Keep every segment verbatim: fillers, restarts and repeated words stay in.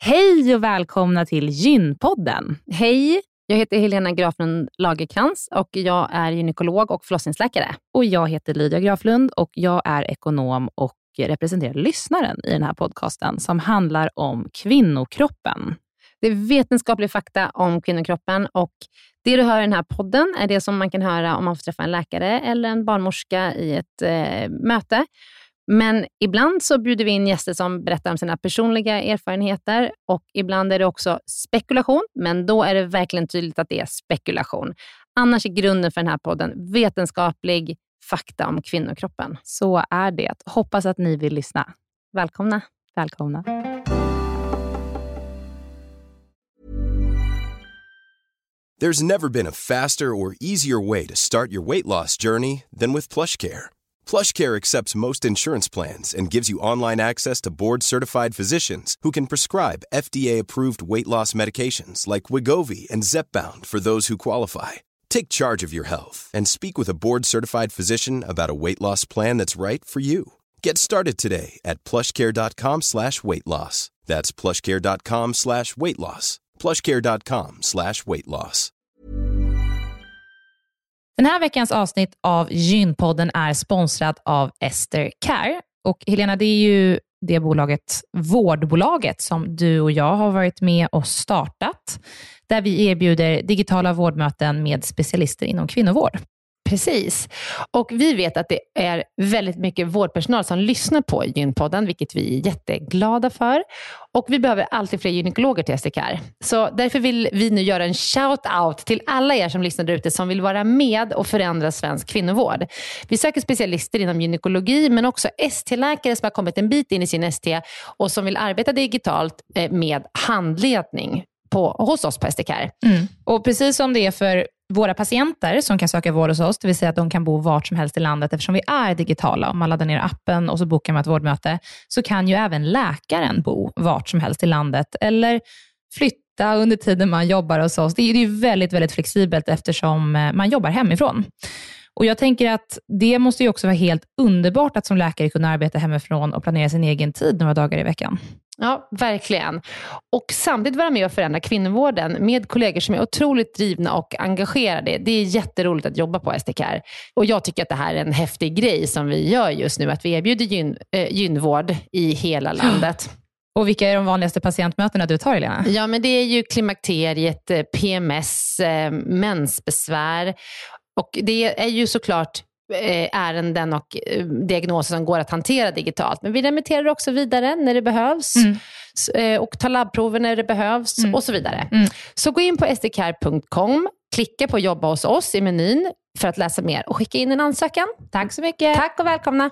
Hej och välkomna till Gynpodden. Hej, jag heter Helena Graflund Lagerkrans och jag är gynekolog och förlossningsläkare. Och jag heter Lydia Graflund och jag är ekonom och representerar lyssnaren i den här podcasten som handlar om kvinnokroppen. Det är vetenskaplig fakta om kvinnokroppen och det du hör i den här podden är det som man kan höra om man får träffa en läkare eller en barnmorska i ett eh, möte. Men ibland så bjuder vi in gäster som berättar om sina personliga erfarenheter och ibland är det också spekulation, men då är det verkligen tydligt att det är spekulation. Annars är grunden för den här podden vetenskaplig fakta om kvinnokroppen. Så är det. Hoppas att ni vill lyssna. Välkomna. Välkomna. There's never been a faster or easier way to start your weight loss journey than with PlushCare. PlushCare accepts most insurance plans and gives you online access to board-certified physicians who can prescribe F D A-approved weight loss medications like Wegovy and Zepbound for those who qualify. Take charge of your health and speak with a board-certified physician about a weight loss plan that's right for you. Get started today at plushcare.com slash weight loss. That's plushcare.com slash weight loss. plushcare.com slash weight loss. Den här veckans avsnitt av Gynpodden är sponsrad av Ester Care. Och Helena, det är ju det bolaget, vårdbolaget, som du och jag har varit med och startat. Där vi erbjuder digitala vårdmöten med specialister inom kvinnovård. Precis. Och vi vet att det är väldigt mycket vårdpersonal som lyssnar på Gynpodden, vilket vi är jätteglada för. Och vi behöver alltid fler gynekologer till Ester Care. Så därför vill vi nu göra en shout-out till alla er som lyssnar där ute som vill vara med och förändra svensk kvinnovård. Vi söker specialister inom gynekologi men också S T-läkare som har kommit en bit in i sin S T och som vill arbeta digitalt med handledning på, hos oss på Ester Care. Mm. Och precis som det är för våra patienter som kan söka vård hos oss, det vill säga att de kan bo vart som helst i landet eftersom vi är digitala. Om man laddar ner appen och så bokar man ett vårdmöte så kan ju även läkaren bo vart som helst i landet eller flytta under tiden man jobbar hos oss. Det är ju väldigt, väldigt flexibelt eftersom man jobbar hemifrån. Och jag tänker att det måste ju också vara helt underbart att som läkare kunna arbeta hemifrån och planera sin egen tid några dagar i veckan. Ja, verkligen. Och samtidigt vara med och förändra kvinnovården med kollegor som är otroligt drivna och engagerade. Det är jätteroligt att jobba på Ester Care. Och jag tycker att det här är en häftig grej som vi gör just nu. Att vi erbjuder gyn, äh, gynvård i hela landet. Och vilka är de vanligaste patientmötena du tar, Helena? Ja, men det är ju klimakteriet, P M S, äh, mensbesvär. Och det är ju såklart ärenden och diagnoser som går att hantera digitalt. Men vi remitterar också vidare när det behövs. Mm. Och tar labbprover när det behövs mm. och så vidare. Mm. Så gå in på stercare punkt com, klicka på jobba hos oss i menyn för att läsa mer och skicka in en ansökan. Tack så mycket. Tack och välkomna.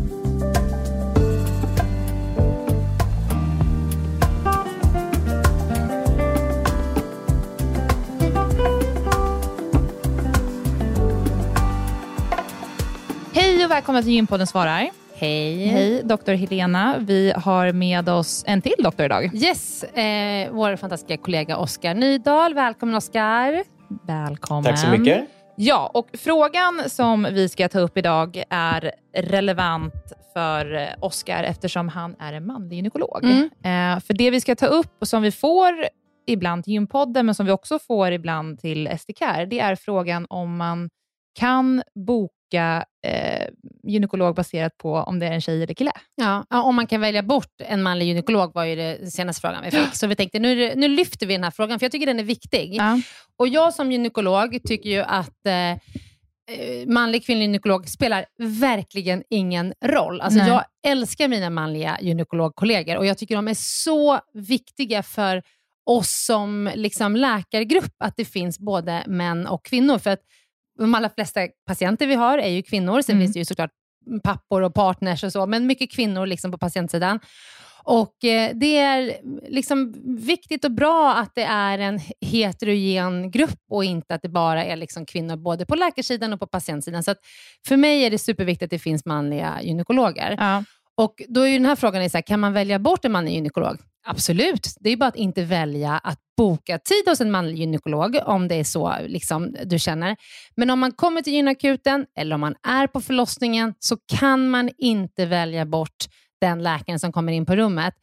Hej och välkomna till Gynpodden svarar. Hej. Hej, doktor Helena. Vi har med oss en till doktor idag. Yes, eh, vår fantastiska kollega Oskar Nydahl. Välkommen Oskar. Välkommen. Tack så mycket. Ja, och frågan som vi ska ta upp idag är relevant för Oskar eftersom han är en manlig gynekolog. Mm. Eh, för det vi ska ta upp och som vi får ibland till Gynpodden men som vi också får ibland till Ester Care, det är frågan om man kan boka eh, gynekolog baserat på om det är en tjej eller kille. Ja, om man kan välja bort en manlig gynekolog var ju det senaste frågan vi fick. Så vi tänkte, nu, nu lyfter vi den här frågan för jag tycker den är viktig. Ja. Och jag som gynekolog tycker ju att eh, manlig kvinnlig gynekolog spelar verkligen ingen roll. Alltså Nej. Jag älskar mina manliga gynekologkollegor och jag tycker de är så viktiga för oss som liksom läkargrupp att det finns både män och kvinnor. För att de allra flesta patienter vi har är ju kvinnor. Sen mm. finns det ju såklart pappor och partners och så. Men mycket kvinnor liksom på patientsidan. Och eh, det är liksom viktigt och bra att det är en heterogen grupp. Och inte att det bara är liksom kvinnor både på läkarsidan och på patientsidan. Så att för mig är det superviktigt att det finns manliga gynekologer. Ja. Och då är ju den här frågan så här, kan man välja bort en manlig gynekolog? Absolut. Det är bara att inte välja att boka tid hos en manlig gynekolog om det är så liksom, du känner. Men om man kommer till gynakuten eller om man är på förlossningen så kan man inte välja bort den läkaren som kommer in på rummet.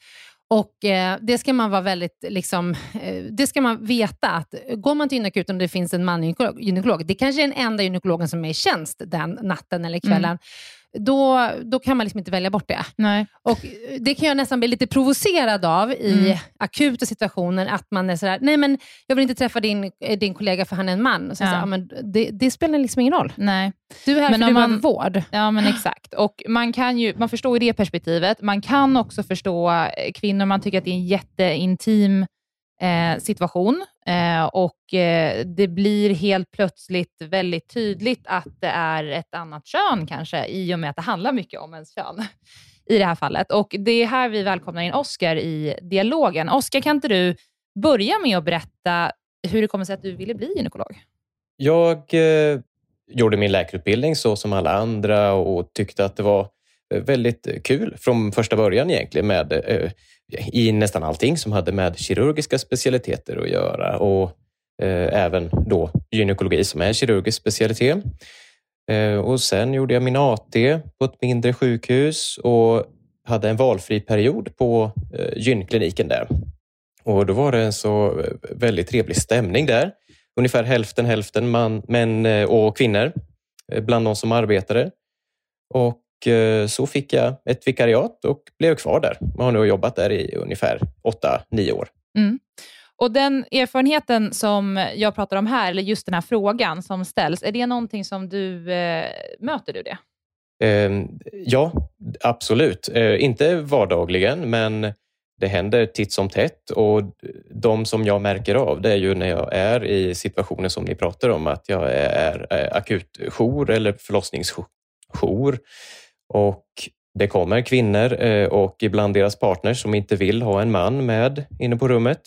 Och eh, det ska man vara väldigt, liksom, eh, det ska man veta att går man till gynekakuten och det finns en manlig gynekolog, det kanske är den enda gynekologen som är i tjänst den natten eller kvällen, mm. Då, då kan man liksom inte välja bort det. Nej. Och det kan jag nästan bli lite provocerad av i mm. akuta situationer, att man är sådär, nej men jag vill inte träffa din, din kollega för han är en man. Och så ja. så, ja, men det, det spelar liksom ingen roll. Nej. Du är här men för du man, behöver vård. Ja men exakt. Och man kan ju, man förstår ju det perspektivet. Man kan också förstå kvinnor, man tycker att det är en jätteintim eh, situation. Eh, och eh, det blir helt plötsligt väldigt tydligt att det är ett annat kön kanske, i och med att det handlar mycket om ens kön i det här fallet. Och det är här vi välkomnar in Oskar i dialogen. Oskar, kan inte du börja med att berätta hur det kommer sig att du ville bli gynekolog? Jag eh, gjorde min läkarutbildning så som alla andra och tyckte att det var väldigt kul från första början egentligen med eh, i nästan allting som hade med kirurgiska specialiteter att göra, och eh, även då gynekologi som är kirurgisk specialitet. Eh, och sen gjorde jag min A T på ett mindre sjukhus och hade en valfri period på eh, gynkliniken där. Och då var det en så väldigt trevlig stämning där. Ungefär hälften hälften man, män och kvinnor bland de som arbetade. Och så fick jag ett vikariat och blev kvar där. Jag har nu jobbat där i ungefär åtta nio år. Mm. Och den erfarenheten som jag pratar om här, eller just den här frågan som ställs, är det någonting som du, eh, möter du det? Eh, ja, absolut. Eh, inte vardagligen, men det händer titt som tätt, och de som jag märker av, det är ju när jag är i situationer som ni pratar om, att jag är akutjour eller förlossningsjour. Och det kommer kvinnor och ibland deras partners som inte vill ha en man med inne på rummet.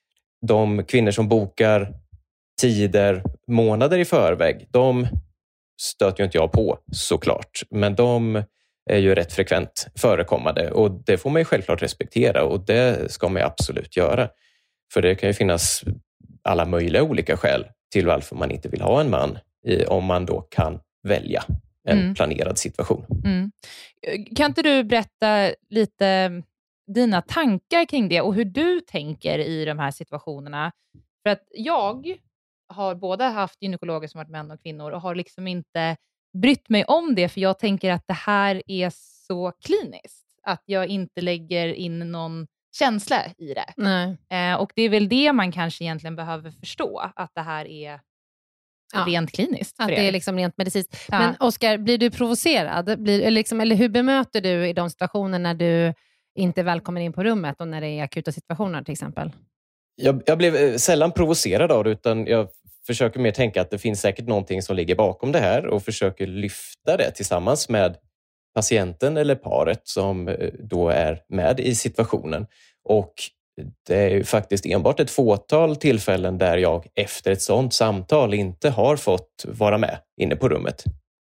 De kvinnor som bokar tider månader i förväg, de stöter ju inte jag på såklart. Men de är ju rätt frekvent förekommande, och det får man ju självklart respektera, och det ska man ju absolut göra. För det kan ju finnas alla möjliga olika skäl till varför man inte vill ha en man, om man då kan välja en mm. planerad situation. Mm. Kan inte du berätta lite dina tankar kring det och hur du tänker i de här situationerna? För att jag har både haft gynekologer som varit män och kvinnor och har liksom inte brytt mig om det, för jag tänker att det här är så kliniskt att jag inte lägger in någon känsla i det. Nej. Eh, och det är väl det man kanske egentligen behöver förstå, att det här är ja. rent kliniskt. Att det är liksom rent medicinskt. Ja. Men Oskar, blir du provocerad? Blir, eller, liksom, eller hur bemöter du i de situationer när du inte är välkommen in på rummet och när det är akuta situationer till exempel? Jag, jag blev sällan provocerad av det, utan jag försöker mer tänka att det finns säkert någonting som ligger bakom det här, och försöker lyfta det tillsammans med patienten eller paret som då är med i situationen. Och det är ju faktiskt enbart ett fåtal tillfällen där jag efter ett sådant samtal inte har fått vara med inne på rummet.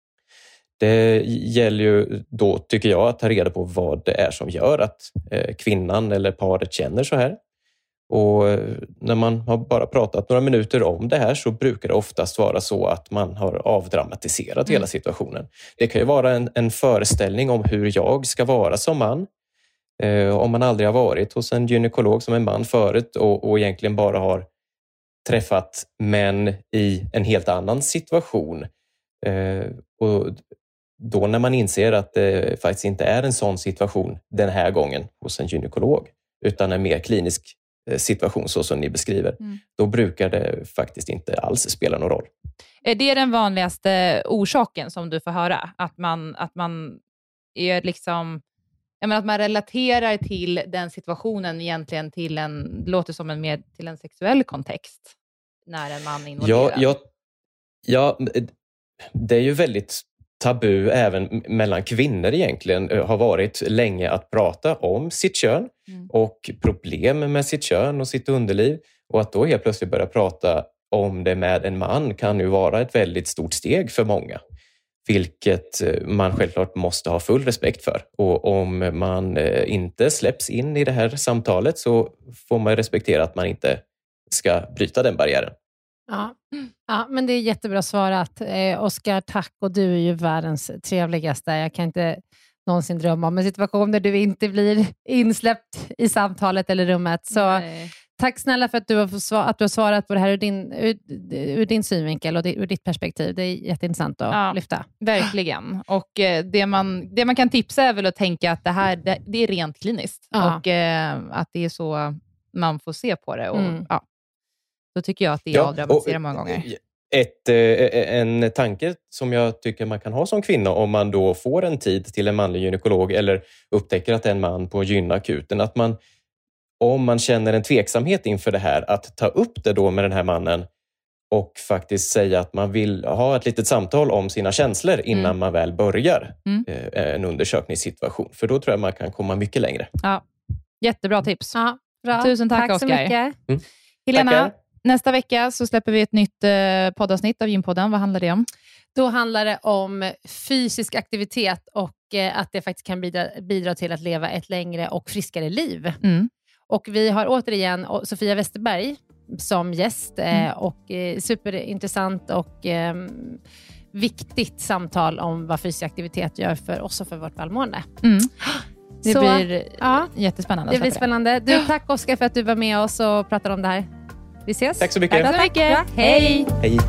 Det gäller ju då, tycker jag, att ta reda på vad det är som gör att kvinnan eller paret känner så här. Och när man har bara pratat några minuter om det här, så brukar det oftast vara så att man har avdramatiserat mm. hela situationen. Det kan ju vara en, en föreställning om hur jag ska vara som man. Eh, om man aldrig har varit hos en gynekolog som en man förut, och, och egentligen bara har träffat män i en helt annan situation. Eh, och då när man inser att det faktiskt inte är en sån situation den här gången hos en gynekolog, utan en mer klinisk situation så som ni beskriver, mm. då brukar det faktiskt inte alls spela någon roll. Är det den vanligaste orsaken som du får höra? Att man, att man är liksom, jag menar, att man relaterar till den situationen egentligen till en, det låter som en mer till en sexuell kontext när en man är involverad? Ja, ja, ja, det är ju väldigt tabu även mellan kvinnor egentligen, har varit länge att prata om sitt kön mm. och problem med sitt kön och sitt underliv, och att då helt plötsligt börja prata om det med en man kan ju vara ett väldigt stort steg för många, vilket man självklart måste ha full respekt för. Och om man inte släpps in i det här samtalet, så får man respektera att man inte ska bryta den barriären. Ja, ja, men det är jättebra svarat. Eh, Oskar, tack, och du är ju världens trevligaste. Jag kan inte någonsin drömma om en situation där du inte blir insläppt i samtalet eller rummet. Så Nej. Tack snälla för att du, har svar- att du har svarat på det här ur din, ur, ur din synvinkel och ur ditt perspektiv. Det är jätteintressant att ja, lyfta. Verkligen. Och eh, det, man, det man kan tipsa är väl att tänka att det här det, det är rent kliniskt. Ja. Och eh, att det är så man får se på det. Och, mm. ja, då tycker jag att det är ja, avdramatiserat många gånger. Ett, en tanke som jag tycker man kan ha som kvinna om man då får en tid till en manlig gynekolog eller upptäcker att det är en man på gynakuten, att man, om man känner en tveksamhet inför det här, att ta upp det då med den här mannen och faktiskt säga att man vill ha ett litet samtal om sina känslor innan mm. man väl börjar mm. en undersökningssituation. För då tror jag man kan komma mycket längre. Ja, jättebra tips. Ja, bra. Tusen tack, tack Oskar. Så mycket. Mm. Helena, Tackar. Nästa vecka så släpper vi ett nytt eh, poddavsnitt av Gympodden. Vad handlar det om? Då handlar det om fysisk aktivitet och eh, att det faktiskt kan bidra, bidra till att leva ett längre och friskare liv. Mm. Och vi har återigen Sofia Westerberg som gäst eh, mm. och eh, superintressant och eh, viktigt samtal om vad fysisk aktivitet gör för oss och för vårt välmående. Mm. Det Så, blir ja, jättespännande. Det blir spännande. Du, tack Oskar för att du var med oss och pratade om det här. Vi ses. Tack så mycket. Tack så mycket. Bra. Hej. Hej.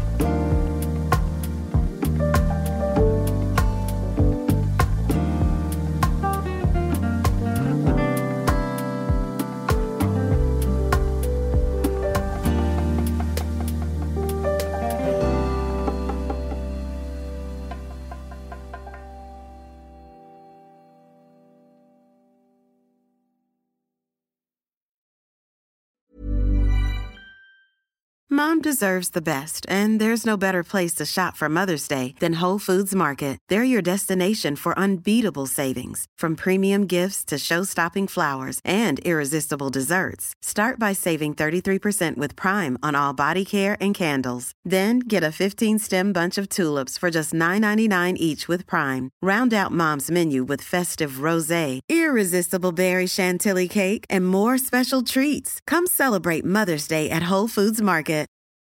Mom deserves the best, and there's no better place to shop for Mother's Day than Whole Foods Market. They're your destination for unbeatable savings, from premium gifts to show-stopping flowers and irresistible desserts. Start by saving thirty-three percent with Prime on all body care and candles. Then get a fifteen-stem bunch of tulips for just nine ninety-nine each with Prime. Round out Mom's menu with festive rosé, irresistible berry chantilly cake, and more special treats. Come celebrate Mother's Day at Whole Foods Market.